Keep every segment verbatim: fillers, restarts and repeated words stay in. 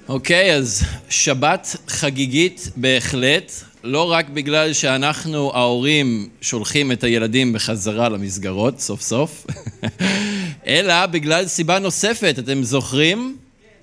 אוקיי, אז שבת חגיגית בהחלט, לא רק בגלל שאנחנו ההורים שולחים את הילדים בחזרה למסגרות סוף סוף, אלא בגלל סיבה נוספת, אתם זוכרים?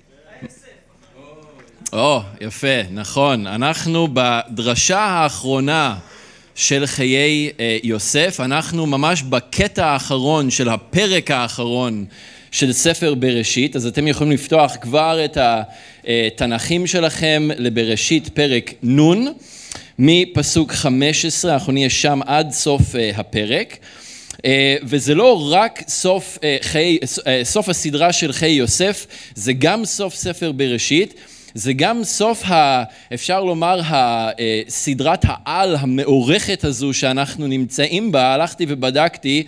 או, יפה, נכון. אנחנו בדרשה האחרונה של חיי יוסף, אנחנו ממש בקטע האחרון של הפרק האחרון של ספר בראשית, אז אתם יכולים לפתוח כבר את התנ"כים שלכם לבראשית פרק נ' מפסוק חמש עשרה, אנחנו נהיה שם עד סוף הפרק, וזה לא רק סוף, חיי, סוף הסדרה של חיי יוסף, זה גם סוף ספר בראשית, זה גם סוף, ה, אפשר לומר, הסדרת העל המאורכת הזו שאנחנו נמצאים בה. הלכתי ובדקתי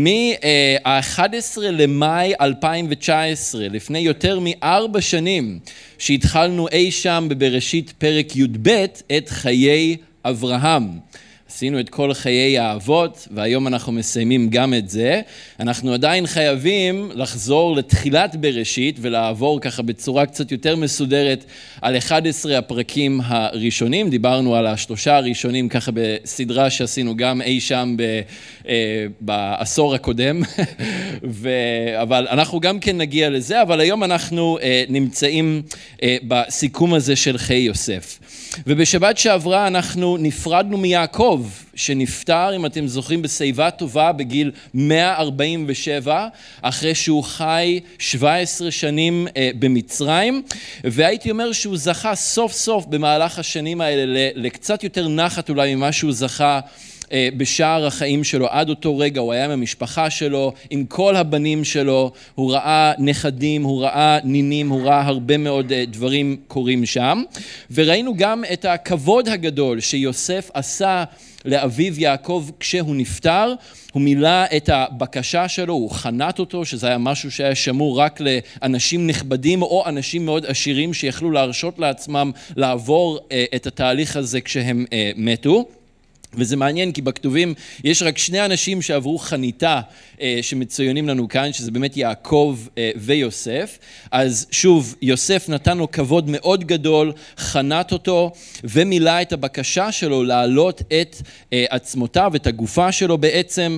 מ-אחד עשר למאי אלפיים תשע עשרה, לפני יותר מארבע שנים, שהתחלנו אי שם בבראשית פרק י' ב' את חיי אברהם. עשינו את כל חיי האבות, והיום אנחנו מסיימים גם את זה. אנחנו עדיין חייבים לחזור לתחילת בראשית, ולעבור ככה בצורה קצת יותר מסודרת על אחד עשר הפרקים הראשונים. דיברנו על השלושה הראשונים ככה בסדרה שעשינו גם אי שם ב, אה, בעשור הקודם, ו, אבל אנחנו גם כן נגיע לזה, אבל היום אנחנו אה, נמצאים אה, בסיכום הזה של חיי יוסף. ובשבת שעברה אנחנו נפרדנו מיעקב, שנפטר, אם אתם זוכרים, בשיבה טובה בגיל מאה ארבעים ושבע, אחרי שהוא חי שבע עשרה שנים במצרים, והייתי אומר שהוא זכה סוף סוף במהלך השנים האלה לקצת יותר נחת אולי ממה שהוא זכה בשער החיים שלו. עד אותו רגע הוא היה עם המשפחה שלו, עם כל הבנים שלו, הוא ראה נכדים, הוא ראה נינים, הוא ראה הרבה מאוד דברים קורים שם, וראינו גם את הכבוד הגדול שיוסף עשה לאביו יעקב כשהוא נפטר. הוא מילא את הבקשה שלו, הוא חנת אותו, שזה היה משהו שהיה שמור רק לאנשים נכבדים או אנשים מאוד עשירים שיכלו להרשות לעצמם לעבור את התהליך הזה כשהם מתו. וזה מעניין כי בכתובים יש רק שני אנשים שעברו חניתה שמצוינים לנו כאן, שזה באמת יעקב ויוסף. אז שוב, יוסף נתן לו כבוד מאוד גדול, חנת אותו ומילא את הבקשה שלו להעלות את עצמותיו, את הגופה שלו בעצם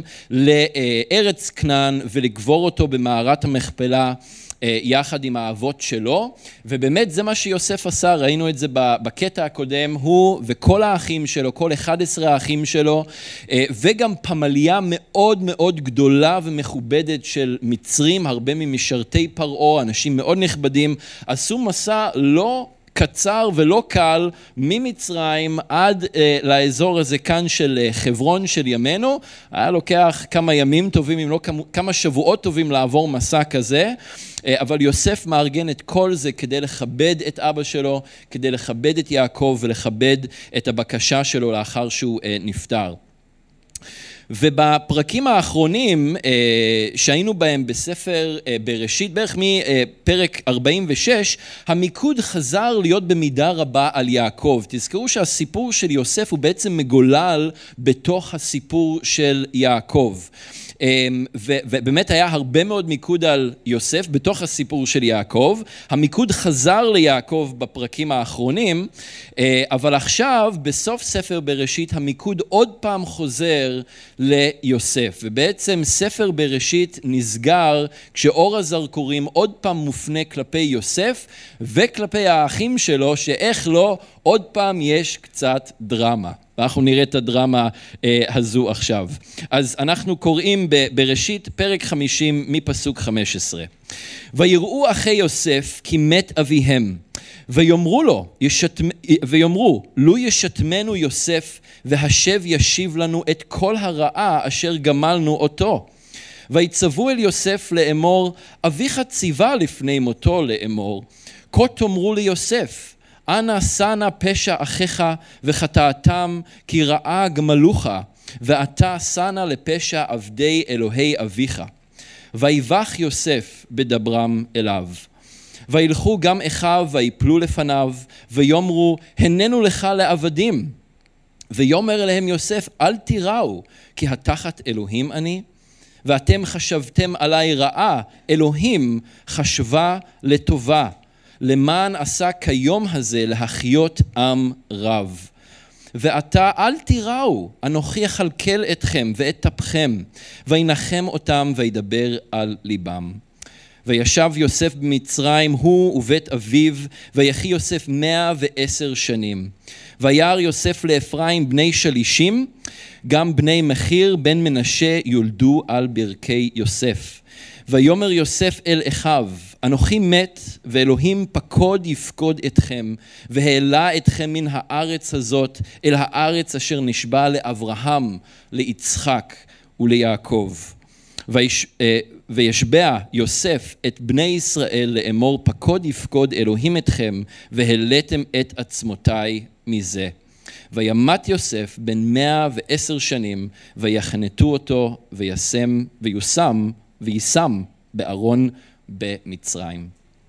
לארץ כנען ולקבור אותו במערת המכפלה יחד עם האבות שלו, ובאמת זה מה שיוסף עשה. ראינו את זה בקטע הקודם, הוא וכל האחים שלו, כל אחד עשר האחים שלו, וגם פמליה מאוד מאוד גדולה ומכובדת של מצרים, הרבה ממשרתי פרעה, אנשים מאוד נכבדים, עשו מסע לא קצר ולא קל ממצרים עד אה, לאזור הזה כאן של אה, חברון של ימינו. היה לוקח כמה ימים טובים, אם לא כמה, כמה שבועות טובים לעבור מסע כזה, אה, אבל יוסף מארגן את כל זה כדי לכבד את אבא שלו, כדי לכבד את יעקב ולכבד את הבקשה שלו לאחר שהוא אה, נפטר. ובפרקים האחרונים שהיינו בהם בספר בראשית, בערך מפרק ארבעים ושש, המיקוד חזר להיות במידה רבה על יעקב. תזכרו שהסיפור של יוסף הוא בעצם מגולל בתוך הסיפור של יעקב. ובאמת היה הרבה מאוד מיקוד על יוסף בתוך הסיפור של יעקב. המיקוד חזר ליעקב בפרקים האחרונים, אבל עכשיו בסוף ספר בראשית המיקוד עוד פעם חוזר ליוסף, ובעצם ספר בראשית נסגר כשאור הזרקורים עוד פעם מופנה כלפי יוסף וכלפי האחים שלו, שאיך לא, עוד פעם יש קצת דרמה. ואנחנו נראה את הדרמה אה, הזו עכשיו. אז אנחנו קוראים בראשית פרק חמישים מפסוק חמש עשרה. ויראו אחי יוסף כי מת אביהם, ויאמרו לו, ישתמ... ויאמרו, לו ישתמנו יוסף, והשב ישיב לנו את כל הרעה אשר גמלנו אותו. ויצוו אל יוסף לאמור, אביך ציווה לפני מותו לאמור, כה תאמרו ליוסף, אנא שנא פשע אחיך וחטאתם, כי רעה גמלוך, ואתה שנא לפשע עבדי אלוהי אביך. ויבך יוסף בדברם אליו. וילכו גם אחיו ויפלו לפניו, ויאמרו, הננו לך לעבדים. ויאמר אליהם יוסף, אל תיראו, כי התחת אלוהים אני, ואתם חשבתם עלי רעה, אלוהים חשבה לטובה, למען עשה כיום הזה להחיות עם רב. ועתה אל תיראו, אנוכי יכלכל אתכם ואת טפכם, וינחם אותם וידבר על ליבם. וישב יוסף במצרים הוא ובית אביו, ויחי יוסף מאה ועשר שנים. וירא יוסף לאפרים בני שלישים, גם בני מחיר בן מנשה יולדו על ברכי יוסף. ויאמר יוסף אל אחיו, אנוכי מת ואלוהים פקוד יפקוד אתכם, והעלה אתכם מן הארץ הזאת אל הארץ אשר נשבע לאברהם, ליצחק וליעקב. ויש, וישבע יוסף את בני ישראל לאמור, פקוד יפקוד אלוהים אתכם, והעליתם את עצמותיי מזה. וימת יוסף בן מאה ועשר שנים, ויחנתו אותו, וישם, ויושם, וישם בארון במצרים.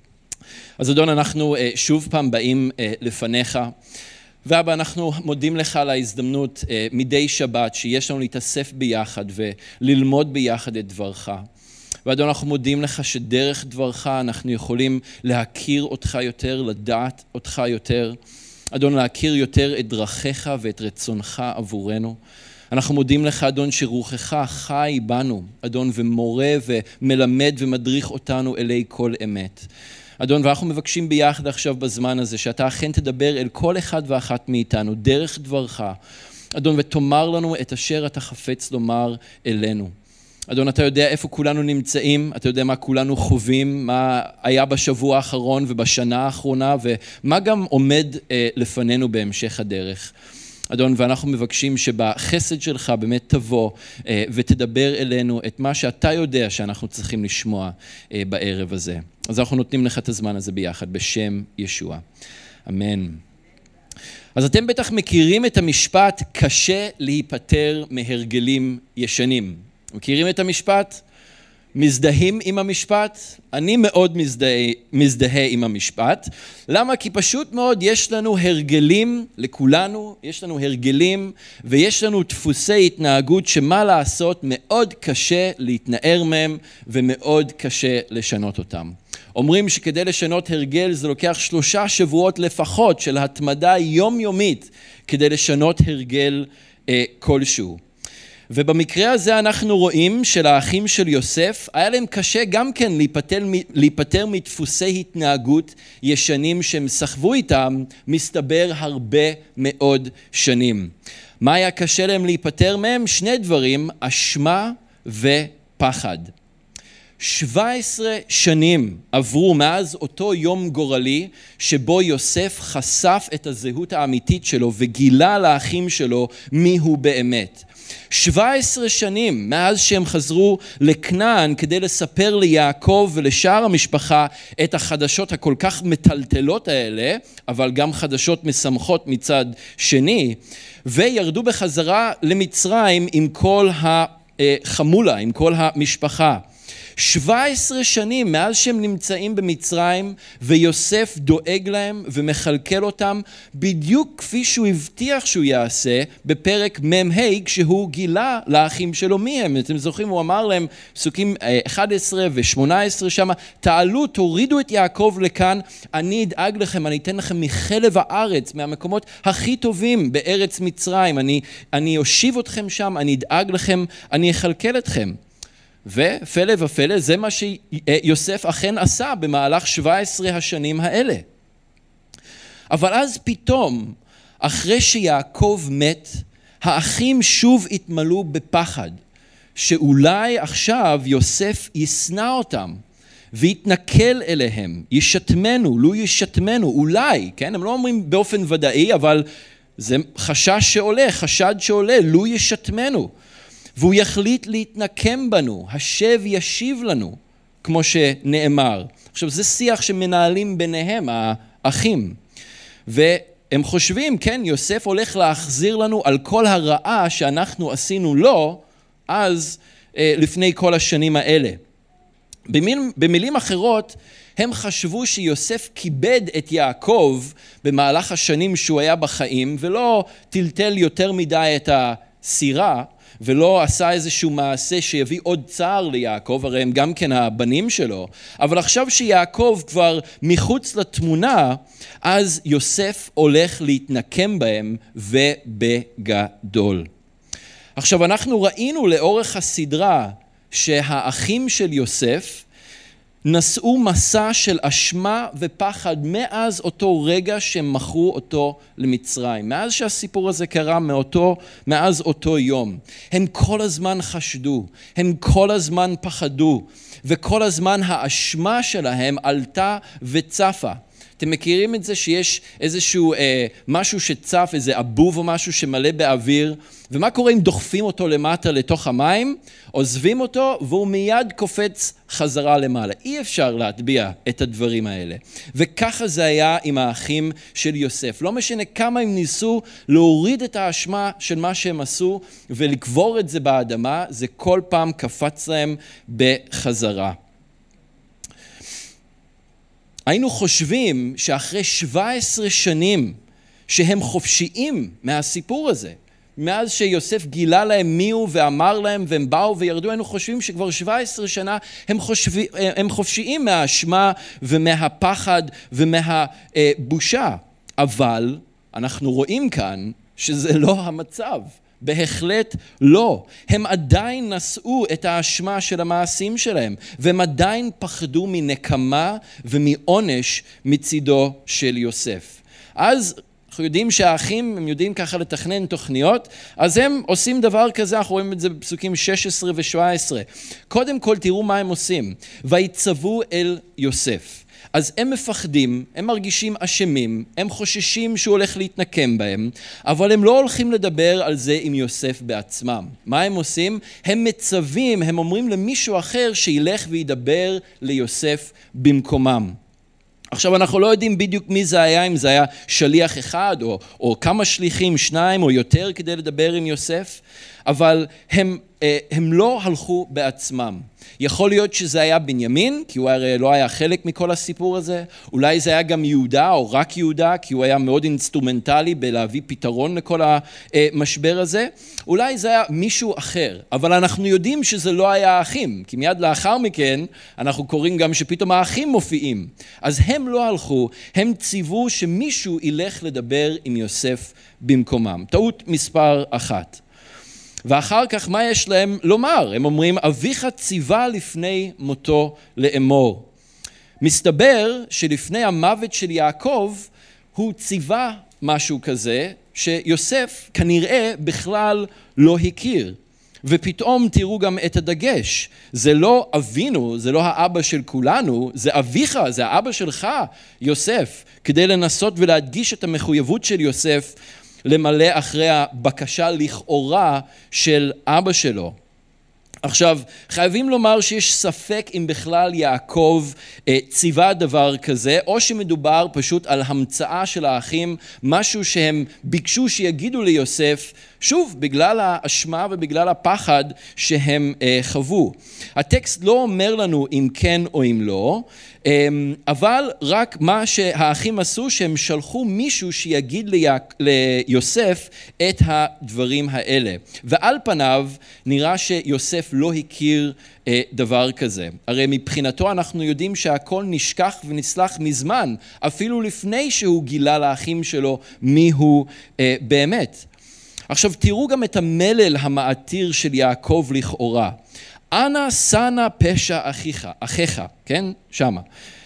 אז אדון, אנחנו שוב פעם באים לפניך, ואבא, אנחנו מודים לך על ההזדמנות מדי שבת שיש לנו להתאסף ביחד וללמוד ביחד את דברך. ואדון, אנחנו מודים לך שדרך דברך אנחנו יכולים להכיר אותך יותר, לדעת אותך יותר. אדון, להכיר יותר את דרכיך ואת רצונך עבורנו. אנחנו מודים לך, אדון, שרוחך חי בנו, אדון, ומורה ומלמד ומדריך אותנו אלי כל אמת. אדון, ואנחנו מבקשים ביחד עכשיו בזמן הזה, שאתה אכן תדבר אל כל אחד ואחת מאיתנו, דרך דברך. אדון, ותאמר לנו את אשר אתה חפץ לומר אלינו. אדון, אתה יודע איפה כולנו נמצאים, אתה יודע מה כולנו חווים, מה היה בשבוע האחרון ובשנה האחרונה, ומה גם עומד אה, לפנינו בהמשך הדרך. אדון, ואנחנו מבקשים שבחסד שלך באמת תבוא אה, ותדבר אלינו את מה שאתה יודע שאנחנו צריכים לשמוע אה, בערב הזה. אז אנחנו נותנים לך את הזמן הזה ביחד, בשם ישוע. אמן. אז אתם בטח מכירים את המשפט, קשה להיפטר מהרגלים ישנים. מכירים את המשפט? מזדהים עם המשפט? אני מאוד מזדהה, מזדהה עם המשפט. למה? כי פשוט מאוד יש לנו הרגלים לכולנו, יש לנו הרגלים ויש לנו דפוסי התנהגות שמה לעשות מאוד קשה להתנער מהם ומאוד קשה לשנות אותם. אומרים שכדי לשנות הרגל זה לוקח שלושה שבועות לפחות של התמדה יומיומית כדי לשנות הרגל אה, כלשהו. ובמקרה הזה אנחנו רואים שלאחים של יוסף היה להם קשה גם כן להיפטר, להיפטר מדפוסי התנהגות ישנים שהם סחבו איתם, מסתבר הרבה מאוד שנים. מה היה קשה להם להיפטר מהם? שני דברים, אשמה ופחד. שבע עשרה שנים עברו מאז אותו יום גורלי שבו יוסף חשף את הזהות האמיתית שלו וגילה לאחים שלו מי הוא באמת. שבע עשרה שנים מאז שהם חזרו לכנען כדי לספר ליעקב ולשאר המשפחה את החדשות הכל כך מטלטלות האלה, אבל גם חדשות משמחות מצד שני, וירדו בחזרה למצרים עם כל החמולה, עם כל המשפחה. שבע עשרה שנים מאז שהם נמצאים במצרים ויוסף דואג להם ומחלקל אותם בדיוק כפי שהוא הבטיח שהוא יעשה בפרק מ"ה כשהוא גילה לאחים שלו מי הם. אתם זוכרים, הוא אמר להם פסוקים אחת עשרה ושמונה עשרה שם, תעלו תורידו את יעקב לכאן, אני אדאג לכם, אני אתן לכם מחלב הארץ, מהמקומות הכי טובים בארץ מצרים, אני, אני אושיב אתכם שם, אני אדאג לכם, אני אחלקל אתכם. ופלא ופלא, זה מה שיוסף אכן עשה במהלך שבע עשרה השנים האלה. אבל אז פתאום, אחרי שיעקב מת, האחים שוב התמלאו בפחד, שאולי עכשיו יוסף ישנא אותם, ויתנכל אליהם, ישתמנו, לו ישתמנו, אולי, כן? הם לא אומרים באופן ודאי, אבל זה חשש שעולה, חשד שעולה, לו ישתמנו. והוא יחליט להתנקם בנו, השב ישיב לנו, כמו שנאמר. עכשיו, זה שיח שמנהלים ביניהם, האחים. והם חושבים, כן, יוסף הולך להחזיר לנו על כל הרעה שאנחנו עשינו לו, אז לפני כל השנים האלה. במילים, במילים אחרות, הם חשבו שיוסף כיבד את יעקב במהלך השנים שהוא היה בחיים, ולא טלטל יותר מדי את הסירה, ולא עשה איזשהו מעשה שיביא עוד צער ליעקב, הרי הם גם כן הבנים שלו, אבל עכשיו שיעקב כבר מחוץ לתמונה, אז יוסף הולך להתנקם בהם ובגדול. עכשיו אנחנו ראינו לאורך הסדרה שהאחים של יוסף נשאו מסע של אשמה ופחד מאז אותו רגע שהם מכרו אותו למצרים. מאז שהסיפור הזה קרה, מאותו, מאז אותו יום. הם כל הזמן חשדו, הם כל הזמן פחדו, וכל הזמן האשמה שלהם עלתה וצפה. אתם מכירים את זה שיש איזשהו אה, משהו שצף, איזה אבוב או משהו שמלא באוויר, ומה קורה אם דוחפים אותו למטה לתוך המים, עוזבים אותו והוא מיד קופץ חזרה למעלה. אי אפשר להטביע את הדברים האלה. וככה זה היה עם האחים של יוסף. לא משנה כמה הם ניסו להוריד את האשמה של מה שהם עשו ולקבור את זה באדמה, זה כל פעם קפץ להם בחזרה. היינו חושבים שאחרי שבע עשרה שנים שהם חופשיים מהסיפור הזה, מאז שיוסף גילה להם מי הוא ואמר להם והם באו וירדו, היינו חושבים שכבר שבע עשרה שנה הם, חושבי, הם חופשיים מהאשמה ומהפחד ומהבושה. אבל אנחנו רואים כאן שזה לא המצב. בהחלט לא. הם עדיין נשאו את האשמה של המעשים שלהם, והם עדיין פחדו מנקמה ומעונש מצידו של יוסף. אז אנחנו יודעים שהאחים, הם יודעים ככה לתכנן תוכניות, אז הם עושים דבר כזה, אנחנו רואים את זה בפסוקים שש עשרה ו-שבע עשרה. קודם כל תראו מה הם עושים. ויצוו אל יוסף. אז הם מפחדים, הם מרגישים אשמים, הם חוששים שהוא הולך להתנקם בהם, אבל הם לא הולכים לדבר על זה עם יוסף בעצמם. מה הם עושים? הם מצווים, הם אומרים למישהו אחר שילך וידבר ליוסף במקומם. עכשיו אנחנו לא יודעים בדיוק מי זה היה, אם זה היה שליח אחד או, או כמה שליחים, שניים או יותר כדי לדבר עם יוסף, אבל הם, הם לא הלכו בעצמם. יכול להיות שזה היה בנימין, כי הוא הרי לא היה חלק מכל הסיפור הזה, אולי זה היה גם יהודה או רק יהודה, כי הוא היה מאוד אינסטרומנטלי בלהביא פתרון לכל המשבר הזה, אולי זה היה מישהו אחר, אבל אנחנו יודעים שזה לא היה האחים, כי מיד לאחר מכן אנחנו קוראים גם שפתאום האחים מופיעים, אז הם לא הלכו, הם ציוו שמישהו ילך לדבר עם יוסף במקומם. טעות מספר אחת. ואחר כך מה יש להם לומר? הם אומרים, אביך ציווה לפני מותו לאמור. מסתבר שלפני המוות של יעקב, הוא ציווה משהו כזה, שיוסף כנראה בכלל לא הכיר. ופתאום תראו גם את הדגש. זה לא אבינו, זה לא האבא של כולנו, זה אביך, זה האבא שלך, יוסף, כדי לנסות ולהדגיש את המחויבות של יוסף, למלא אחרי הבקשה לכאורה של אבא שלו. עכשיו, חייבים לומר שיש ספק אם בכלל יעקב אה, ציווה דבר כזה, או שמדובר פשוט על המצאה של האחים, משהו שהם ביקשו שיגידו ליוסף, שוב, בגלל האשמה ובגלל הפחד שהם אה, חוו. הטקסט לא אומר לנו אם כן או אם לא, אה, אבל רק מה שהאחים עשו, שהם שלחו מישהו שיגיד ליק, ליוסף את הדברים האלה. ועל פניו נראה שיוסף לא הכיר אה, דבר כזה. הרי מבחינתו אנחנו יודעים שהכל נשכח ונסלח מזמן, אפילו לפני שהוא גילה לאחים שלו מי הוא אה, באמת. עכשיו תראו גם את המלל המעתיר של יעקב לכאורה. אנא שנא פשע אחיך, אחיך, כן? שמה.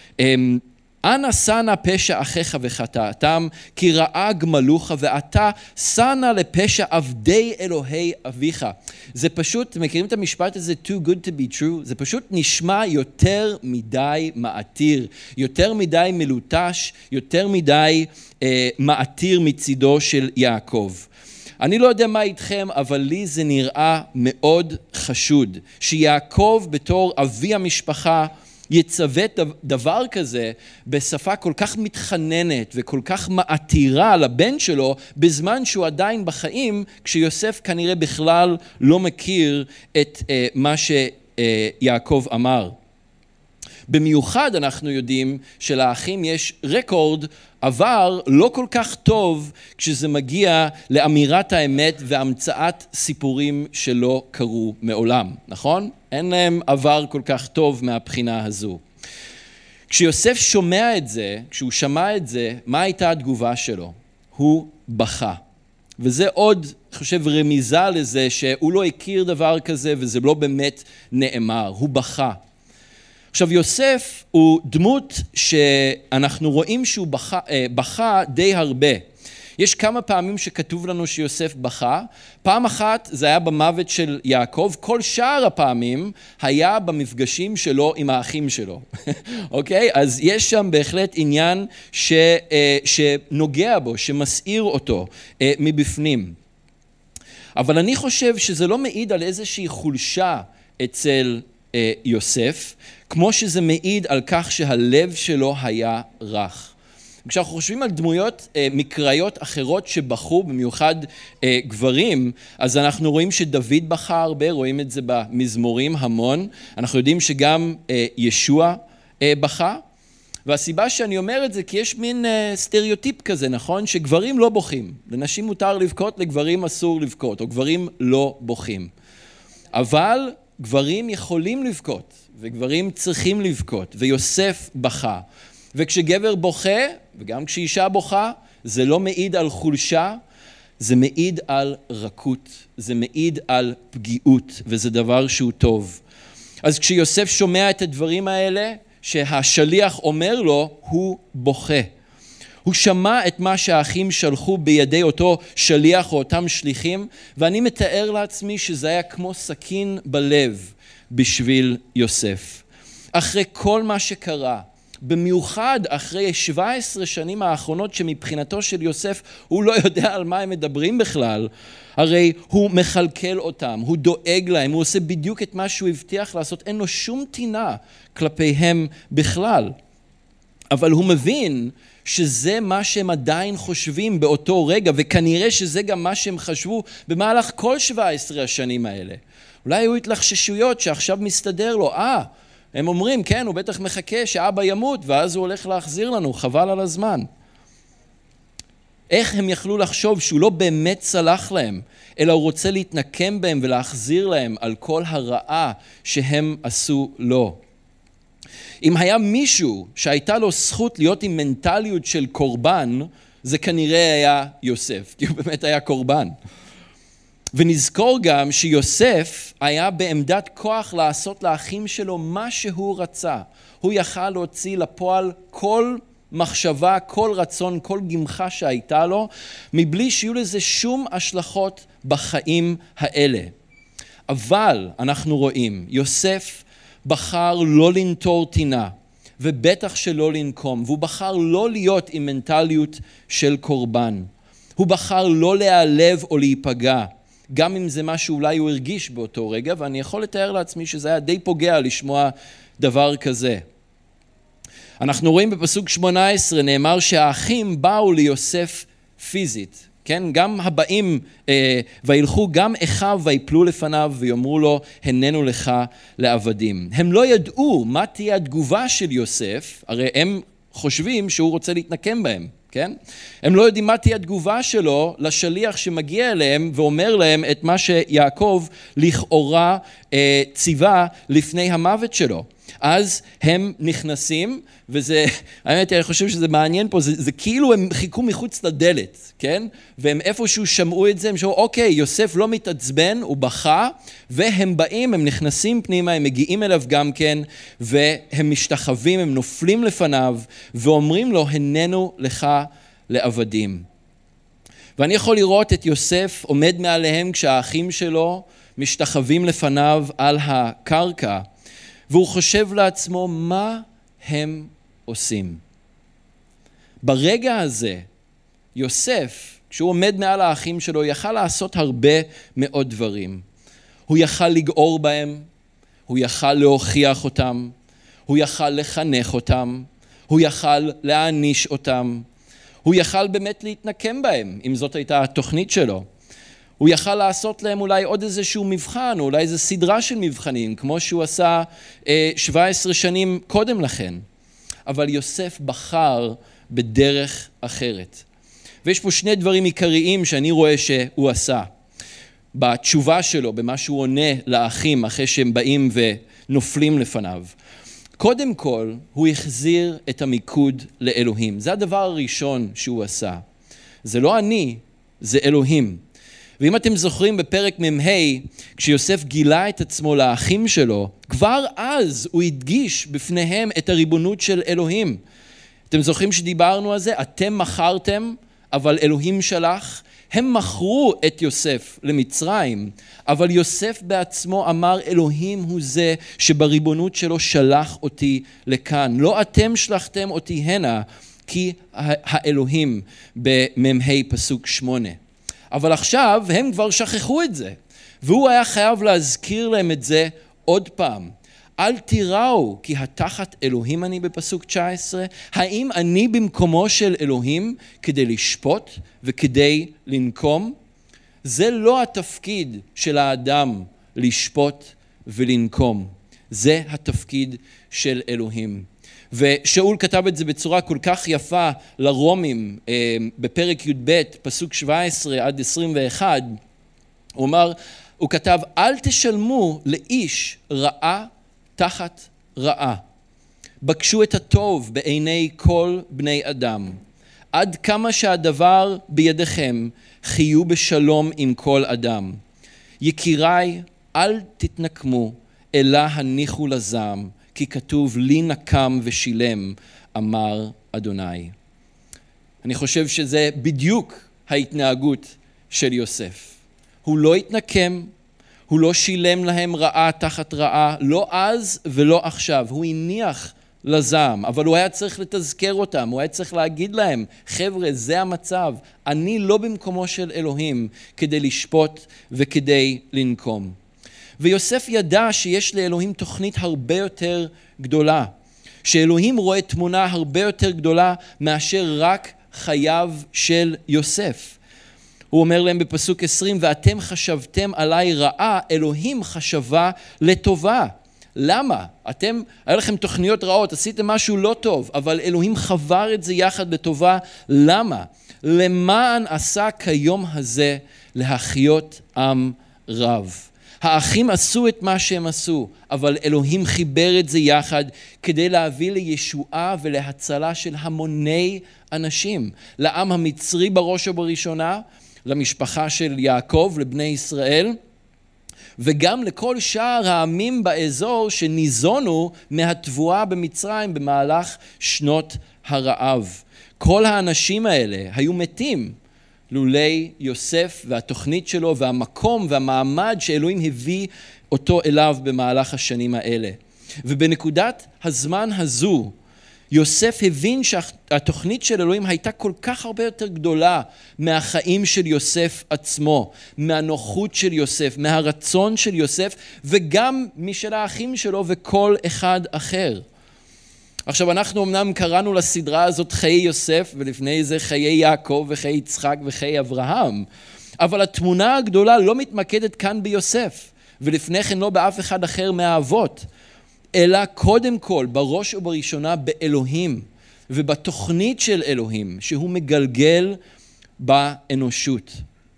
אנא שנא פשע אחיך וחטאתם, כי רעה גמלוך, ואתה שנא לפשע עבדי אלוהי אביך. זה פשוט, מכירים את המשפט הזה, too good to be true? זה פשוט נשמע יותר מדי מעתיר, יותר מדי מלוטש, יותר מדי אה, מעתיר מצידו של יעקב. אני לא יודע מה איתכם, אבל לי זה נראה מאוד חשוד, שיעקב בתור אבי המשפחה יצווה דבר כזה בשפה כל כך מתחננת וכל כך מעתירה לבן שלו, בזמן שהוא עדיין בחיים, כשיוסף כנראה בכלל לא מכיר את uh, מה שיעקב אמר. במיוחד אנחנו יודעים שלאחים יש רקורד עבר לא כל כך טוב כשזה מגיע לאמירת האמת והמצאת סיפורים שלא קרו מעולם, נכון? אין להם עבר כל כך טוב מהבחינה הזו. כשיוסף שומע את זה, כשהוא שמע את זה, מה הייתה התגובה שלו? הוא בכה. וזה עוד, אני חושב, רמיזה לזה שהוא לא הכיר דבר כזה וזה לא באמת נאמר, הוא בכה. עכשיו יוסף הוא דמות שאנחנו רואים שהוא בכה, בכה די הרבה. יש כמה פעמים שכתוב לנו שיוסף בכה, פעם אחת זה היה במוות של יעקב, כל שאר הפעמים היה במפגשים שלו עם האחים שלו, אוקיי? אז יש שם בהחלט עניין ש, שנוגע בו, שמסעיר אותו מבפנים. אבל אני חושב שזה לא מעיד על איזושהי חולשה אצל יוסף, כמו שזה מעיד על כך שהלב שלו היה רך. כשאנחנו חושבים על דמויות אה, מקראיות אחרות שבכו, במיוחד אה, גברים, אז אנחנו רואים שדוד בכה הרבה, רואים את זה במזמורים המון, אנחנו יודעים שגם אה, ישוע אה, בכה, והסיבה שאני אומר את זה כי יש מין אה, סטריאוטיפ כזה, נכון? שגברים לא בוכים, לנשים מותר לבכות, לגברים אסור לבכות, או גברים לא בוכים. אבל גברים יכולים לבכות, וגברים צריכים לבכות, ויוסף בכה. וכשגבר בוכה, וגם כשאישה בוכה, זה לא מעיד על חולשה, זה מעיד על רכות, זה מעיד על פגיעות, וזה דבר שהוא טוב. אז כשיוסף שומע את הדברים האלה, שהשליח אומר לו, הוא בוכה. הוא שמע את מה שהאחים שלחו בידי אותו שליח או אותם שליחים, ואני מתאר לעצמי שזה היה כמו סכין בלב בשביל יוסף. אחרי כל מה שקרה, במיוחד אחרי שבע עשרה שנים האחרונות שמבחינתו של יוסף הוא לא יודע על מה הם מדברים בכלל, הרי הוא מחלקל אותם, הוא דואג להם, הוא עושה בדיוק את מה שהוא הבטיח לעשות, אין לו שום טינה כלפיהם בכלל. אבל הוא מבין שזה מה שהם עדיין חושבים באותו רגע, וכנראה שזה גם מה שהם חשבו במהלך כל שבע עשרה השנים האלה. אולי היו התלחששויות שעכשיו מסתדר לו, אה, הם אומרים, כן, הוא בטח מחכה שאבא ימות, ואז הוא הולך להחזיר לנו, חבל על הזמן. איך הם יכלו לחשוב שהוא לא באמת סלח להם, אלא הוא רוצה להתנקם בהם ולהחזיר להם על כל הרעה שהם עשו לו. אם היה מישהו שהייתה לו זכות להיות עם מנטליות של קורבן, זה כנראה היה יוסף, כי הוא באמת היה קורבן. ונזכור גם שיוסף היה בעמדת כוח לעשות לאחים שלו מה שהוא רצה. הוא יכל להוציא לפועל כל מחשבה, כל רצון, כל גמחה שהייתה לו, מבלי שיהיו לזה שום השלכות בחיים האלה. אבל אנחנו רואים, יוסף בחר לא לנטור טינה, ובטח שלא לנקום, והוא בחר לא להיות עם מנטליות של קורבן. הוא בחר לא להיעלב או להיפגע, גם אם זה מה שאולי הוא הרגיש באותו רגע, ואני יכול לתאר לעצמי שזה היה די פוגע לשמוע דבר כזה. אנחנו רואים בפסוק שמונה עשרה, נאמר שהאחים באו ליוסף פיזית, כן? גם הבאים אה, וילכו גם אחיו ויפלו לפניו ויאמרו לו, הננו לך לעבדים. הם לא ידעו מה תהיה התגובה של יוסף, הרי הם חושבים שהוא רוצה להתנקם בהם. כן? הם לא יודעים מה תהיה התגובה שלו לשליח שמגיע אליהם ואומר להם את מה שיעקב לכאורה אה, ציווה לפני המוות שלו. אז הם נכנסים, וזה, האמת, אני חושב שזה מעניין פה, זה, זה כאילו הם חיכו מחוץ לדלת, כן? והם איפשהו שמעו את זה, הם שמעו, אוקיי, יוסף לא מתעצבן, הוא בכה, והם באים, הם נכנסים פנימה, הם מגיעים אליו גם כן, והם משתחווים, הם נופלים לפניו, ואומרים לו, הננו לך לעבדים. ואני יכול לראות את יוסף עומד מעליהם כשהאחים שלו משתחווים לפניו על הקרקע, והוא חושב לעצמו מה הם עושים. ברגע הזה, יוסף, כשהוא עומד מעל האחים שלו, יכל לעשות הרבה מאוד דברים. הוא יכל לגעור בהם, הוא יכל להוכיח אותם, הוא יכל לחנך אותם, הוא יכל להעניש אותם, הוא יכל באמת להתנקם בהם, אם זאת הייתה התוכנית שלו. הוא יכל לעשות להם אולי עוד איזשהו מבחן, או אולי איזו סדרה של מבחנים, כמו שהוא עשה אה, שבע עשרה שנים קודם לכן. אבל יוסף בחר בדרך אחרת. ויש פה שני דברים עיקריים שאני רואה שהוא עשה. בתשובה שלו, במה שהוא עונה לאחים אחרי שהם באים ונופלים לפניו. קודם כל, הוא החזיר את המיקוד לאלוהים. זה הדבר הראשון שהוא עשה. זה לא אני, זה אלוהים. ואם אתם זוכרים בפרק ממ"ה, כשיוסף גילה את עצמו לאחים שלו, כבר אז הוא הדגיש בפניהם את הריבונות של אלוהים. אתם זוכרים שדיברנו על זה? אתם מכרתם, אבל אלוהים שלח. הם מכרו את יוסף למצרים, אבל יוסף בעצמו אמר, אלוהים הוא זה שבריבונות שלו שלח אותי לכאן. לא אתם שלחתם אותי הנה, כי האלוהים במ"ה פסוק שמונה. אבל עכשיו הם כבר שכחו את זה, והוא היה חייב להזכיר להם את זה עוד פעם. אל תיראו, כי התחת אלוהים אני בפסוק תשע עשרה, האם אני במקומו של אלוהים כדי לשפוט וכדי לנקום? זה לא התפקיד של האדם לשפוט ולנקום, זה התפקיד של אלוהים. ושאול כתב את זה בצורה כל כך יפה לרומים בפרק י"ב פסוק שבע עשרה עד עשרים ואחת. הוא אמר, הוא כתב, אל תשלמו לאיש רעה תחת רעה. בקשו את הטוב בעיני כל בני אדם. עד כמה שהדבר בידיכם, חיו בשלום עם כל אדם. יקיריי, אל תתנקמו, אלא הניחו לזעם, כי כתוב לי נקם ושילם, אמר אדוני. אני חושב שזה בדיוק ההתנהגות של יוסף. הוא לא התנקם, הוא לא שילם להם רעה תחת רעה, לא אז ולא עכשיו. הוא הניח לזעם, אבל הוא היה צריך לתזכר אותם, הוא היה צריך להגיד להם, חבר'ה, זה המצב, אני לא במקומו של אלוהים כדי לשפוט וכדי לנקום. ויוסף ידע שיש לאלוהים תוכנית הרבה יותר גדולה, שאלוהים רואה תמונה הרבה יותר גדולה מאשר רק חייו של יוסף. הוא אומר להם בפסוק עשרים, ואתם חשבתם עליי רעה, אלוהים חשבה לטובה. למה? אתם, היה לכם תוכניות רעות, עשיתם משהו לא טוב, אבל אלוהים חבר את זה יחד לטובה. למה? למען עשה כיום הזה להחיות עם רב. האחים עשו את מה שהם עשו, אבל אלוהים חיבר את זה יחד כדי להביא לישועה ולהצלה של המוני אנשים. לעם המצרי בראש ובראשונה, למשפחה של יעקב, לבני ישראל, וגם לכל שאר העמים באזור שניזונו מהתבואה במצרים במהלך שנות הרעב. כל האנשים האלה היו מתים לולי יוסף והתוכנית שלו והמקום והמעמד שאלוהים הביא אותו אליו במהלך השנים האלה. ובנקודת הזמן הזו, יוסף הבין שהתוכנית של אלוהים הייתה כל כך הרבה יותר גדולה מהחיים של יוסף עצמו, מהנוחות של יוסף, מהרצון של יוסף, וגם משל האחים שלו וכל אחד אחר. עכשיו אנחנו אמנם קראנו לסדרה הזאת חיי יוסף, ולפני זה חיי יעקב וחיי יצחק וחיי אברהם, אבל התמונה הגדולה לא מתמקדת כאן ביוסף, ולפני כן לא באף אחד אחר מהאבות, אלא קודם כל, בראש ובראשונה באלוהים, ובתוכנית של אלוהים, שהוא מגלגל באנושות.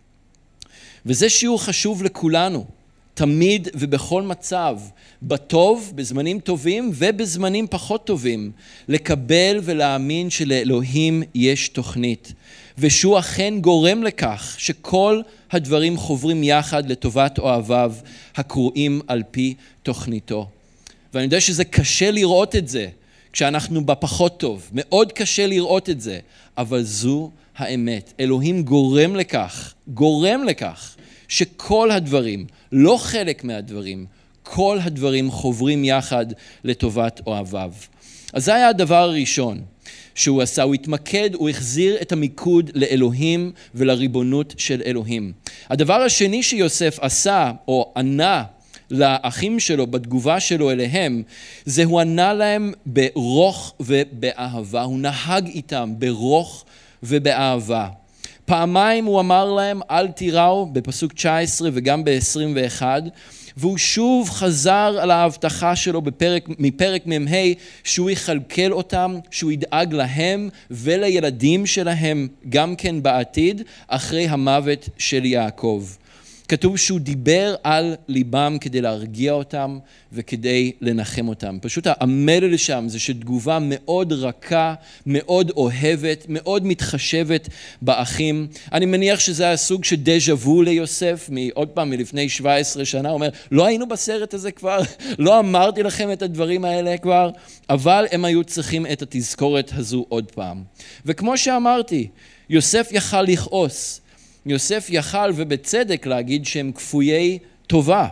וזה שיעור חשוב לכולנו, תמיד ובכל מצב, בטוב, בזמנים טובים ובזמנים פחות טובים, לקבל ולהאמין שלאלוהים יש תוכנית, ושהוא אכן גורם לכך שכל הדברים חוברים יחד לטובת אוהביו, הקרואים על פי תוכניתו. ואני יודע שזה קשה לראות את זה כשאנחנו בפחות טוב, מאוד קשה לראות את זה, אבל זו האמת. אלוהים גורם לכך, גורם לכך, שכל הדברים, לא חלק מהדברים, כל הדברים חוברים יחד לטובת אוהביו. אז זה היה הדבר הראשון שהוא עשה, הוא התמקד, הוא החזיר את המיקוד לאלוהים ולריבונות של אלוהים. הדבר השני שיוסף עשה או ענה לאחים שלו בתגובה שלו אליהם, זה הוא ענה להם ברוך ובאהבה, הוא נהג איתם ברוך ובאהבה. פעמיים הוא אמר להם, אל תיראו, בפסוק תשע עשרה וגם ב-עשרים ואחת, והוא שוב חזר על ההבטחה שלו בפרק, מפרק מ"ה, שהוא יכלכל אותם, שהוא ידאג להם ולילדים שלהם גם כן בעתיד, אחרי המוות של יעקב. כתוב שהוא דיבר על ליבם כדי להרגיע אותם וכדי לנחם אותם. פשוט המלל שם זה שתגובה מאוד רכה, מאוד אוהבת, מאוד מתחשבת באחים. אני מניח שזה הסוג של דז'ה וו ליוסף, עוד פעם מלפני שבע עשרה שנה, הוא אומר, לא היינו בסרט הזה כבר, לא אמרתי לכם את הדברים האלה כבר, אבל הם היו צריכים את התזכורת הזו עוד פעם. וכמו שאמרתי, יוסף יכל לכעוס, יוסף יכל ובצדק להגיד שהם כפויי טובה,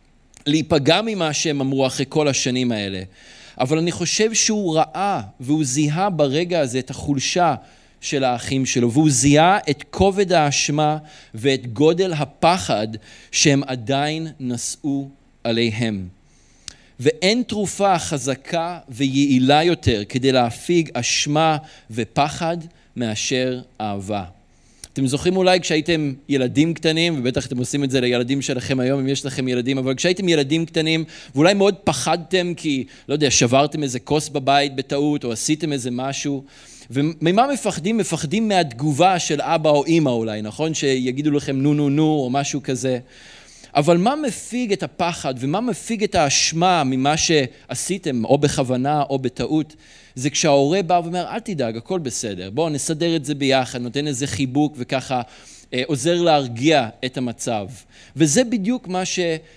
להיפגע ממה שהם אמרו אחרי כל השנים האלה. אבל אני חושב שהוא ראה והוא זיהה ברגע הזה את החולשה של האחים שלו, והוא זיהה את כובד האשמה ואת גודל הפחד שהם עדיין נשאו עליהם. ואין תרופה חזקה ויעילה יותר כדי להפיג אשמה ופחד מאשר אהבה. אתם זוכרים אולי כשהייתם ילדים קטנים, ובטח אתם עושים את זה לילדים שלכם היום, אם יש לכם ילדים, אבל כשהייתם ילדים קטנים, ואולי מאוד פחדתם כי, לא יודע, שברתם איזה כוס בבית בטעות, או עשיתם איזה משהו, וממה מפחדים? מפחדים מהתגובה של אבא או אמא אולי, נכון? שיגידו לכם נו נו נו, או משהו כזה. אבל מה מפיג את הפחד, ומה מפיג את האשמה ממה שעשיתם, או בכוונה או בטעות? זה כשההורה בא ואומר, אל תדאג, הכל בסדר, בואו נסדר את זה ביחד, נותן איזה חיבוק וככה אה, עוזר להרגיע את המצב. וזה בדיוק מה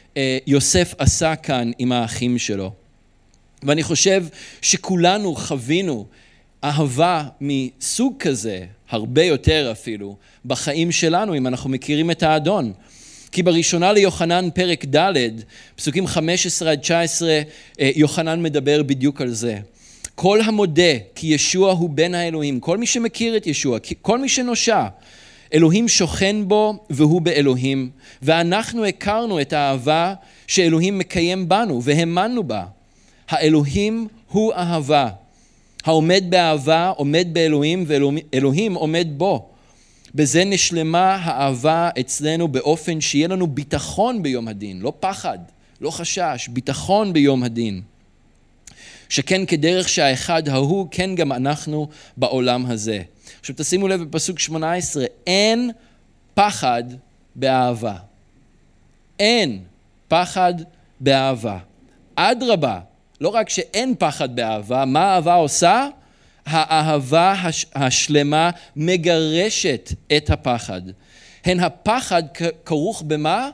שיוסף עשה כאן עם האחים שלו. ואני חושב שכולנו חווינו אהבה מסוג כזה, הרבה יותר אפילו, בחיים שלנו, אם אנחנו מכירים את האדון. כי בראשונה ליוחנן פרק ד', פסוקים חמש עשרה עד תשע עשרה, יוחנן מדבר בדיוק על זה. כל המודה כי ישוע הוא בן האלוהים, כל מי שמכיר את ישוע, כל מי שנושע, אלוהים שוכן בו והוא באלוהים, ואנחנו הכרנו את האהבה שאלוהים מקיים בנו והאמנו בה. האלוהים הוא אהבה, העומד באהבה עומד באלוהים ואלוהים עומד בו. בזה נשלמה האהבה אצלנו באופן שיהיה לנו ביטחון ביום הדין, לא פחד, לא חשש, ביטחון ביום הדין. שכן כדרך שהאחד ההוא, כן גם אנחנו בעולם הזה. עכשיו תשימו לב בפסוק שמונה עשרה, אין פחד באהבה. אין פחד באהבה. אדרבה, לא רק שאין פחד באהבה, מה האהבה עושה? האהבה השלמה מגרשת את הפחד. הן הפחד כרוך במה?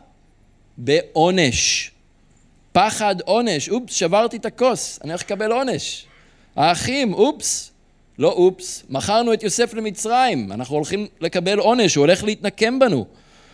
בעונש. פחד, עונש, אופס, שברתי את הכוס, אני הולך לקבל עונש. האחים, אופס, לא אופס, מכרנו את יוסף למצרים, אנחנו הולכים לקבל עונש, הוא הולך להתנקם בנו.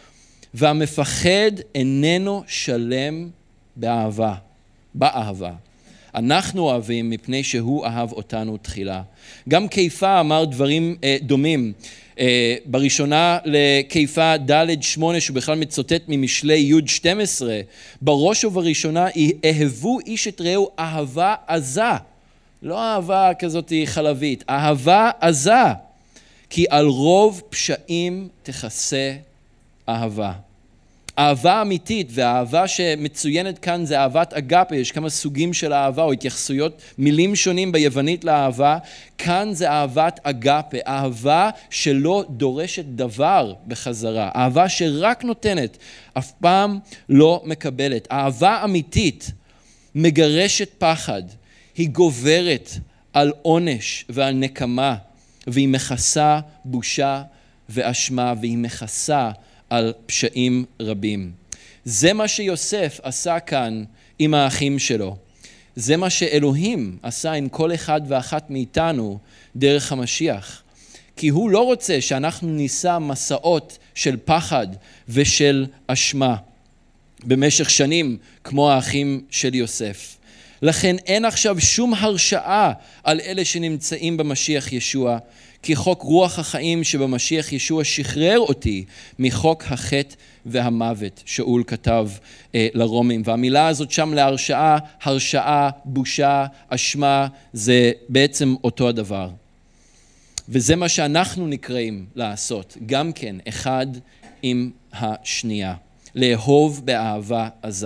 והמפחד איננו שלם באהבה, באהבה. אנחנו אוהבים מפני שהוא אהב אותנו תחילה. גם קיפה אמר דברים אה, דומים. אה, בראשונה לקיפה ד' שמונה, שהוא בכלל מצוטט ממשלי י' שתים עשרה, בראש ובראשונה אהבו איש את רעהו אהבה עזה. לא אהבה כזאת חלבית, אהבה עזה. כי על רוב פשעים תכסה אהבה. אהבה אמיתית, והאהבה שמצוינת כאן זה אהבת אגפה, יש כמה סוגים של אהבה או התייחסויות, מילים שונים ביוונית לאהבה, כאן זה אהבת אגפה, אהבה שלא דורשת דבר בחזרה, אהבה שרק נותנת, אף פעם לא מקבלת. אהבה אמיתית מגרשת פחד, היא גוברת על עונש ועל נקמה, והיא מכסה בושה ואשמה, והיא מכסה על פשעים רבים. זה מה שיוסף עשה כאן עם האחים שלו. זה מה שאלוהים עשה עם כל אחד ואחת מאיתנו דרך המשיח. כי הוא לא רוצה שאנחנו ניסע מסעות של פחד ושל אשמה במשך שנים כמו האחים של יוסף. לכן אין עכשיו שום הרשעה על אלה שנמצאים במשיח ישוע, כי חוק רוח החיים שבמשיח ישוע שחרר אותי מחוק החטא והמוות, שאול כתב אה, לרומים. והמילה הזאת שם להרשעה, הרשעה, בושה, אשמה, זה בעצם אותו הדבר. וזה מה שאנחנו נקראים לעשות, גם כן, אחד עם השנייה. לאהוב באהבה עזה.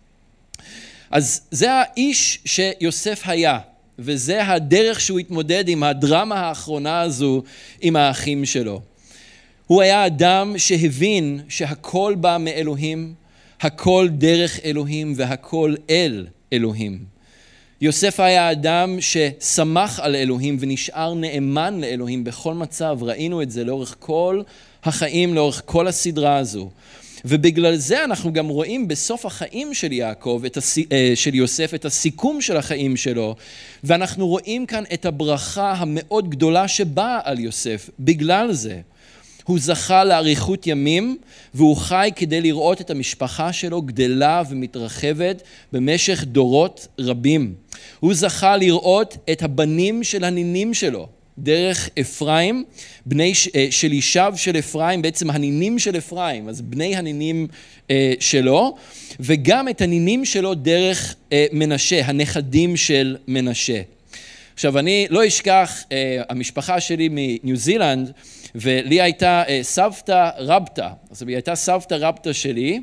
אז זה האיש שיוסף היה, וזה הדרך שהוא התמודד עם הדרמה האחרונה הזו עם האחים שלו. הוא היה אדם שהבין שהכל בא מאלוהים, הכל דרך אלוהים והכל אל אלוהים. יוסף היה אדם שסמך על אלוהים ונשאר נאמן לאלוהים בכל מצב. ראינו את זה לאורך כל החיים, לאורך כל הסדרה הזו. ובגלל זה אנחנו גם רואים בסוף החיים של יעקב, את הס... של יוסף, את הסיכום של החיים שלו, ואנחנו רואים כאן את הברכה המאוד גדולה שבאה על יוסף. בגלל זה הוא זכה לאריכות ימים, והוא חי כדי לראות את המשפחה שלו גדלה ומתרחבת במשך דורות רבים. הוא זכה לראות את הבנים של הנינים שלו, דרך אפרים, בני של אישיו של אפרים, בעצם הנינים של אפרים, אז בני הנינים שלו, וגם את הנינים שלו דרך מנשה, הנכדים של מנשה. עכשיו אני לא אשכח, המשפחה שלי מניו זילנד, ולי הייתה סבתא רבתא, אז היא הייתה סבתא רבתא שלי,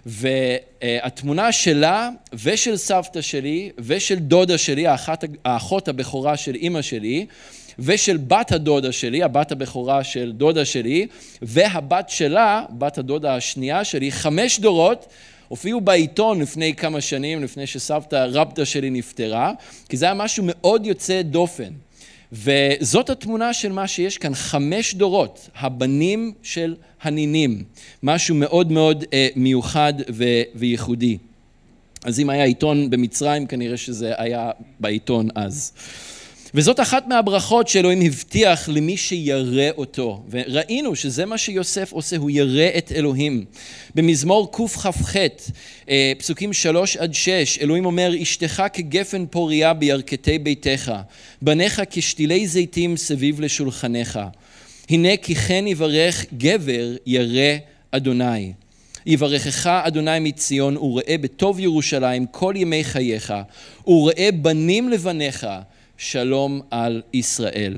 והתמונה שלה ושל סבתא שלי ושל דודה שלי, האחת, האחות הבכורה של אמא שלי, ושל בת הדודה שלי, הבת הבכורה של דודה שלי, והבת שלה, בת הדודה השנייה שלי, חמש דורות, הופיעו בעיתון לפני כמה שנים, לפני שסבתא רבתא שלי נפטרה, כי זה היה משהו מאוד יוצא דופן. וזאת התמונה של מה שיש כאן, חמש דורות, הבנים של הנינים, משהו מאוד מאוד אה, מיוחד ו- וייחודי. אז אם היה עיתון במצרים, כנראה שזה היה בעיתון אז. וזאת אחת מהברכות שאלוהים הבטיח למי שירא אותו, וראינו שזה מה שיוסף עושה, הוא ירא את אלוהים. במזמור קכ"ח, פסוקים שלוש עד שש, אלוהים אומר, אשתך כגפן פוריה בירכתי ביתך, בניך כשתילי זיתים סביב לשולחניך. הנה כי כן יברך גבר ירא אדוני. יברכך אדוני מציון וראה בטוב ירושלים כל ימי חייך, וראה בנים לבניך, שלום על ישראל.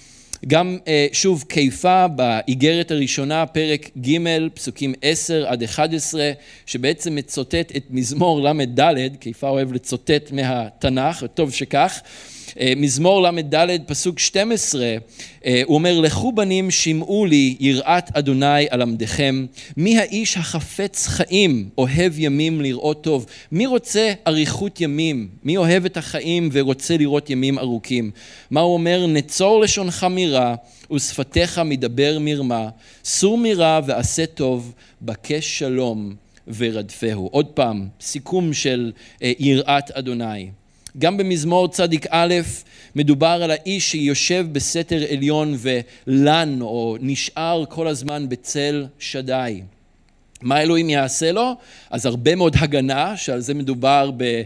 גם שוב קיפה באיגרת הראשונה, פרק ג' פסוקים עשר עד אחת עשרה, שבעצם מצוטט את מזמור למד ד', קיפה אוהב לצוטט מהתנ"ך, וטוב שכך. מזמור למד ד' פסוק שתים עשרה, הוא אומר, לכו בנים שמעו לי יראת אדוני אלמדכם, מי האיש החפץ חיים אוהב ימים לראות טוב. מי רוצה אריכות ימים? מי אוהב את החיים ורוצה לראות ימים ארוכים? מה הוא אומר? נצור לשונך מרע ושפתיך מדבר מרמה, סור מרע ועשה טוב, בקש שלום ורדפהו. עוד פעם, סיכום של יראת אדוני. גם במזמור צדיק א' מדובר על האיש שיושב בסתר עליון ולן או נשאר כל הזמן בצל שדי. מה אלוהים יעשה לו? אז הרבה מאוד הגנה, שעל זה מדובר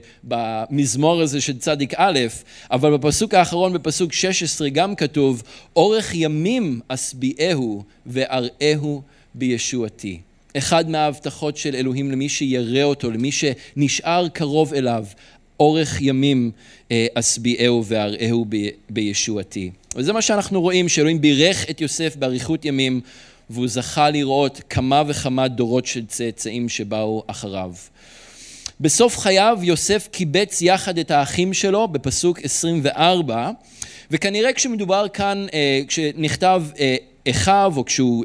במזמור הזה של צדיק א', אבל בפסוק האחרון, בפסוק שש עשרה, גם כתוב, אורך ימים אשביעהו ואראהו בישועתי. אחד מההבטחות של אלוהים למי שירא אותו, למי שנשאר קרוב אליו, אורך ימים אשביעהו ואראהו בישועתי. וזה מה שאנחנו רואים, שאלוהים בירך את יוסף באריכות ימים, והוא זכה לראות כמה וכמה דורות של צאצאים שבאו אחריו. בסוף חייו יוסף קיבץ יחד את האחים שלו בפסוק עשרים וארבע, וכנראה כשמדובר כאן, כשנכתב אחיו, או כשהוא...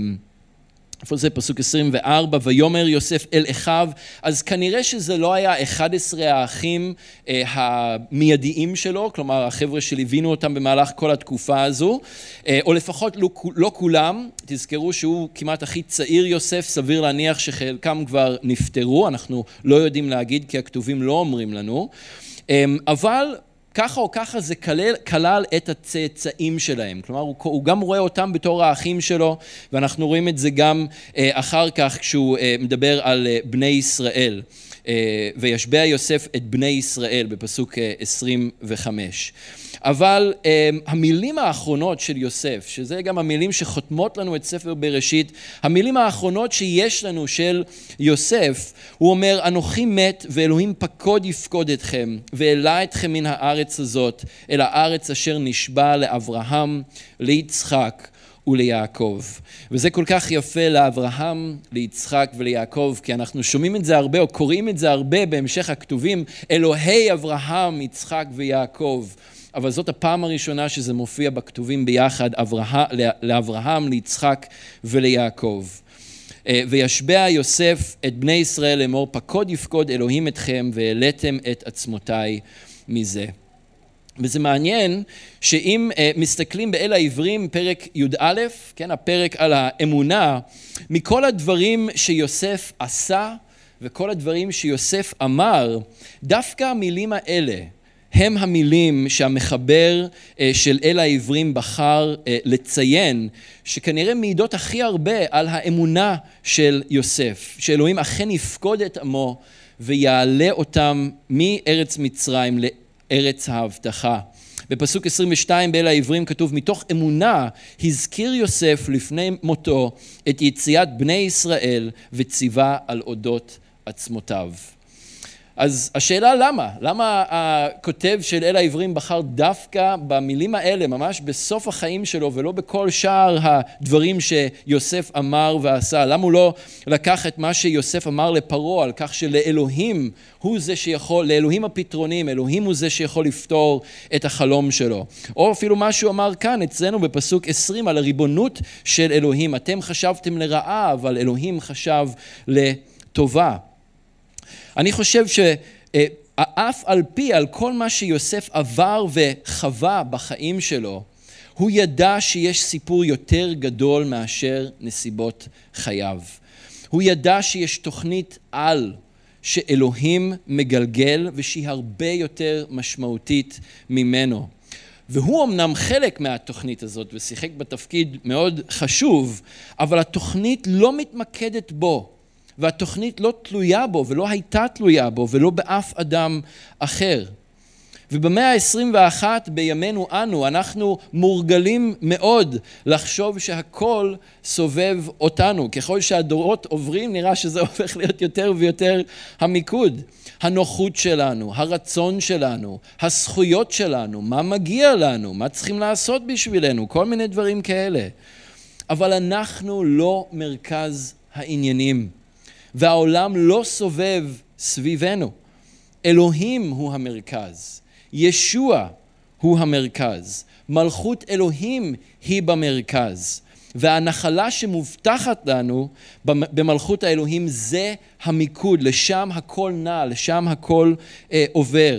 איפה זה פסוק עשרים וארבע, ויאמר יוסף אל אחיו, אז כנראה שזה לא היה אחד עשר האחים אה, המיידיים שלו, כלומר החבר'ה שליווינו אותם במהלך כל התקופה הזו, אה, או לפחות לא, לא כולם. תזכרו שהוא כמעט הכי צעיר יוסף, סביר להניח שחלקם כבר נפטרו, אנחנו לא יודעים להגיד כי הכתובים לא אומרים לנו, אה, אבל ככה או ככה זה כלל, כלל את הצאצאים שלהם, כלומר הוא, הוא גם רואה אותם בתור האחים שלו, ואנחנו רואים את זה גם אה, אחר כך כשהוא אה, מדבר על אה, בני ישראל, אה, וישבע יוסף את בני ישראל בפסוק אה, עשרים וחמש. אבל המילים האחרונות של יוסף, שזה גם המילים שחותמות לנו את ספר בראשית, המילים האחרונות שיש לנו של יוסף, הוא אומר, אנוכי מת ואלוהים פקוד יפקוד אתכם, ואלה אתכם מן הארץ הזאת, אל הארץ אשר נשבע לאברהם, ליצחק וליעקב. וזה כל כך יפה לאברהם, ליצחק וליעקב, כי אנחנו שומעים את זה הרבה, או קוראים את זה הרבה בהמשך הכתובים, אלוהי אברהם, יצחק ויעקב. אבל זאת הפעם הראשונה שזה מופיע בכתובים ביחד, אברהם, לאברהם, ליצחק וליעקב. וישבע יוסף את בני ישראל לאמור, פקוד יפקוד אלוהים אתכם, והעליתם את עצמותיי מזה. וזה מעניין שאם מסתכלים באל העברים פרק י"א, כן, הפרק על האמונה, מכל הדברים שיוסף עשה וכל הדברים שיוסף אמר, דווקא המילים האלה הם המילים שהמחבר של אל העברים בחר לציין, שכנראה מעידות הכי הרבה על האמונה של יוסף, שאלוהים אכן יפקוד את עמו ויעלה אותם מארץ מצרים לארץ ההבטחה. בפסוק עשרים ושתיים באל העברים כתוב, מתוך אמונה הזכיר יוסף לפני מותו את יציאת בני ישראל וציווה על אודות עצמותיו. אז השאלה למה? למה הכותב של אל העברים בחר דווקא במילים האלה, ממש בסוף החיים שלו, ולא בכל שאר הדברים שיוסף אמר ועשה? למה הוא לא לקח את מה שיוסף אמר לפרעה, על כך שלאלוהים הוא זה שיכול, לאלוהים הפתרונים, אלוהים הוא זה שיכול לפתור את החלום שלו? או אפילו מה שהוא אמר כאן, אצלנו בפסוק עשרים, על הריבונות של אלוהים. אתם חשבתם לרעה, אבל אלוהים חשב לטובה. אני חושב שאף על פי, על כל מה שיוסף עבר וחווה בחיים שלו, הוא ידע שיש סיפור יותר גדול מאשר נסיבות חייו. הוא ידע שיש תוכנית על שאלוהים מגלגל ושהיא הרבה יותר משמעותית ממנו. והוא אמנם חלק מהתוכנית הזאת ושיחק בתפקיד מאוד חשוב, אבל התוכנית לא מתמקדת בו. והתוכנית לא תלויה בו ולא הייתה תלויה בו ולא באף אדם אחר. ובמאה ה-עשרים ואחת בימינו אנו, אנחנו מורגלים מאוד לחשוב שהכל סובב אותנו. ככל שהדורות עוברים נראה שזה הופך להיות יותר ויותר המיקוד. הנוחות שלנו, הרצון שלנו, הזכויות שלנו, מה מגיע לנו, מה צריכים לעשות בשבילנו, כל מיני דברים כאלה. אבל אנחנו לא מרכז העניינים. והעולם לא סובב סביבנו. אלוהים הוא המרכז. ישוע הוא המרכז. מלכות אלוהים היא במרכז. והנחלה שמובטחת לנו במלכות האלוהים זה המיקוד. לשם הכל נע, לשם הכל אה, עובר.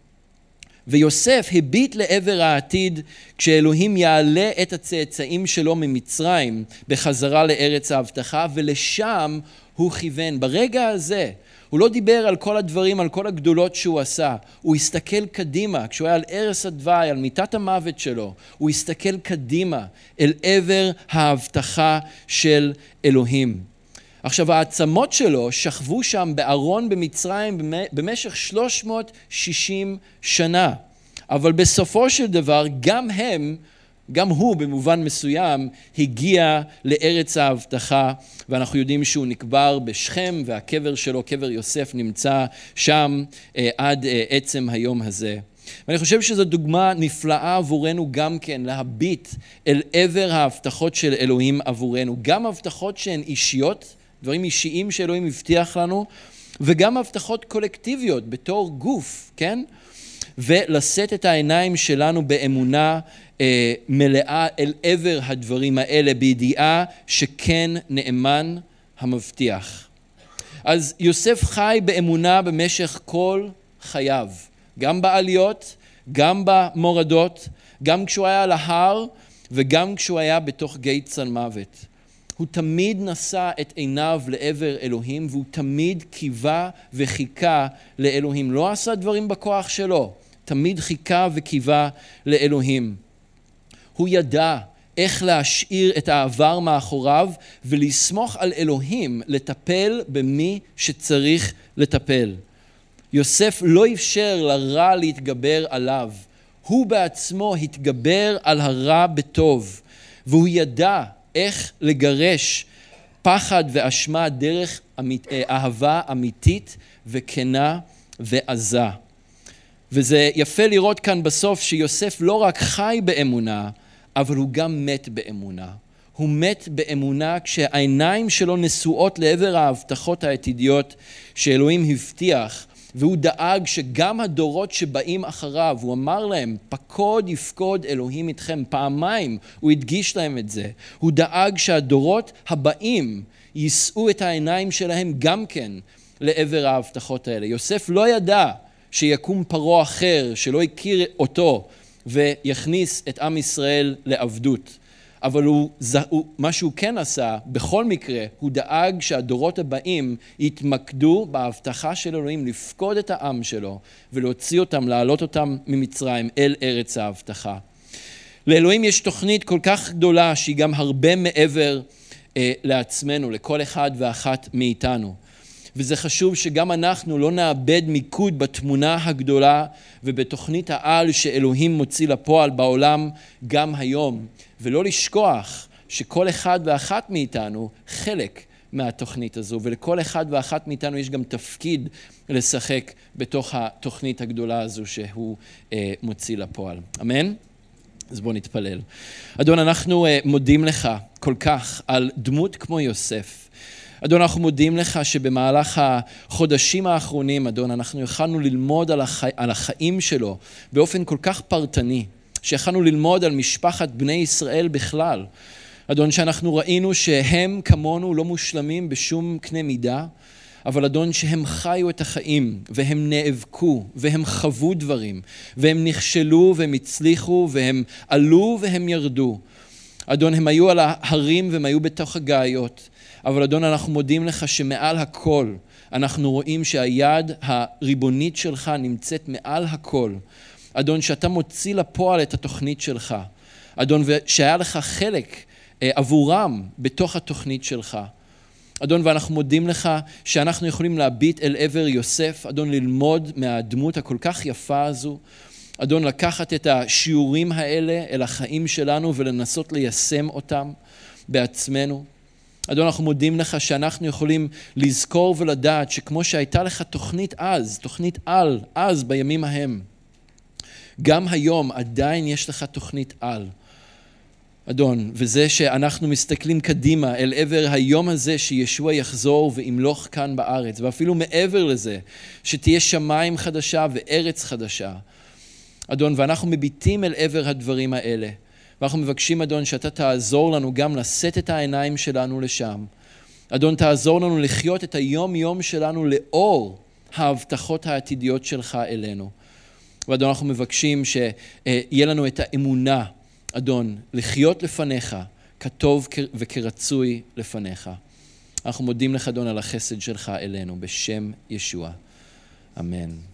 ויוסף הביט לעבר העתיד כשאלוהים יעלה את הצאצאים שלו ממצרים בחזרה לארץ ההבטחה, ולשם הוא כיוון. ברגע הזה הוא לא דיבר על כל הדברים, על כל הגדולות שהוא עשה. הוא הסתכל קדימה, כשהוא היה על ערש הדווי, על מיטת המוות שלו, הוא הסתכל קדימה אל עבר ההבטחה של אלוהים. עכשיו, העצמות שלו שכבו שם בארון במצרים במשך שלוש מאות ושישים שנה. אבל בסופו של דבר, גם הם, גם הוא במובן מסוים, הגיע לארץ ההבטחה, ואנחנו יודעים שהוא נקבר בשכם, והקבר שלו, קבר יוסף, נמצא שם אה, עד אה, עצם היום הזה. ואני חושב שזו דוגמה נפלאה עבורנו גם כן, להביט אל עבר ההבטחות של אלוהים עבורנו. גם הבטחות שהן אישיות, דברים אישיים שאלוהים הבטיח לנו, וגם הבטחות קולקטיביות בתור גוף, כן? ולשאת את העיניים שלנו באמונה אה, מלאה אל עבר הדברים האלה, בידיעה שכן נאמן המבטיח. אז יוסף חי באמונה במשך כל חייו, גם בעליות, גם במורדות, גם כשהוא היה על ההר וגם כשהוא היה בתוך גיא צלמוות. הוא תמיד נשא את עיניו לעבר אלוהים, והוא תמיד קיווה וחיכה לאלוהים. לא עשה דברים בכוח שלו, תמיד חיכה וקיווה לאלוהים. הוא ידע איך להשאיר את העבר מאחוריו ולסמוך על אלוהים לטפל במי שצריך לטפל. יוסף לא אפשר לרע להתגבר עליו. הוא בעצמו התגבר על הרע בטוב, והוא ידע איך לגרש פחד ואשמה דרך אהבה אמיתית וכנה ועזה. וזה יפה לראות כאן בסוף שיוסף לא רק חי באמונה, אבל הוא גם מת באמונה. הוא מת באמונה כשהעיניים שלו נשואות לעבר ההבטחות העתידיות שאלוהים הבטיח, והוא דאג שגם הדורות שבאים אחריו, הוא אמר להם, פקוד יפקוד אלוהים איתכם, פעמיים הוא הדגיש להם את זה. הוא דאג שהדורות הבאים יישאו את העיניים שלהם גם כן לעבר ההבטחות האלה. יוסף לא ידע שיקום פרעה אחר שלא הכיר אותו ויכניס את עם ישראל לעבדות. אבל הוא, הוא, מה שהוא כן עשה, בכל מקרה, הוא דאג שהדורות הבאים יתמקדו בהבטחה של אלוהים לפקוד את העם שלו ולהוציא אותם, להעלות אותם ממצרים אל ארץ ההבטחה. לאלוהים יש תוכנית כל כך גדולה שהיא גם הרבה מעבר אה, לעצמנו, לכל אחד ואחת מאיתנו. וזה חשוב שגם אנחנו לא נאבד מיקוד בתמונה הגדולה ובתוכנית העל שאלוהים מוציא לפועל בעולם גם היום, ולא לשכוח שכל אחד ואחת מאיתנו חלק מהתוכנית הזו, ולכל אחד ואחת מאיתנו יש גם תפקיד לשחק בתוך התוכנית הגדולה הזו שהוא אה, מוציא לפועל. אמן? אז בואו נתפלל. אדון, אנחנו אה, מודים לך כל כך על דמות כמו יוסף. אדון, אנחנו מודים לך שבמהלך החודשים האחרונים, אדון, אנחנו יכולנו ללמוד על, החי... על החיים שלו באופן כל כך פרטני, שיכולנו ללמוד על משפחת בני ישראל בכלל. אדון, שאנחנו ראינו שהם כמונו לא מושלמים בשום קנה מידה, אבל אדון, שהם חיו את החיים, והם נאבקו, והם חוו דברים, והם נכשלו, והם הצליחו, והם עלו, והם ירדו. אדון, הם היו על ההרים, והם היו בתוך הגאיות. אבל אדון, אנחנו מודים לך שמעל הכל, אנחנו רואים שהיד הריבונית שלך נמצאת מעל הכל. אדון, שאתה מוציא לפועל את התוכנית שלך. אדון, שהיה לך חלק עבורם בתוך התוכנית שלך. אדון, ואנחנו מודים לך שאנחנו יכולים להביט אל עבר יוסף, אדון, ללמוד מהדמות הכל כך יפה הזו. אדון, לקחת את השיעורים האלה אל החיים שלנו ולנסות ליישם אותם בעצמנו. אדון, אנחנו מודים לך שאנחנו יכולים לזכור ולדעת שכמו שהייתה לך תוכנית אז, תוכנית על, אז בימים ההם, גם היום עדיין יש לך תוכנית על. אדון, וזה שאנחנו מסתכלים קדימה אל עבר היום הזה שישוע יחזור וימלוך כאן בארץ, ואפילו מעבר לזה, שתהיה שמיים חדשה וארץ חדשה. אדון, ואנחנו מביטים אל עבר הדברים האלה. ואנחנו מבקשים, אדון, שאתה תעזור לנו גם לשאת את העיניים שלנו לשם. אדון, תעזור לנו לחיות את היום יום שלנו לאור ההבטחות העתידיות שלך אלינו. ואדון, אנחנו מבקשים שיהיה לנו את האמונה, אדון, לחיות לפניך, כטוב וכרצוי לפניך. אנחנו מודים לך, אדון, על החסד שלך אלינו, בשם ישוע. אמן.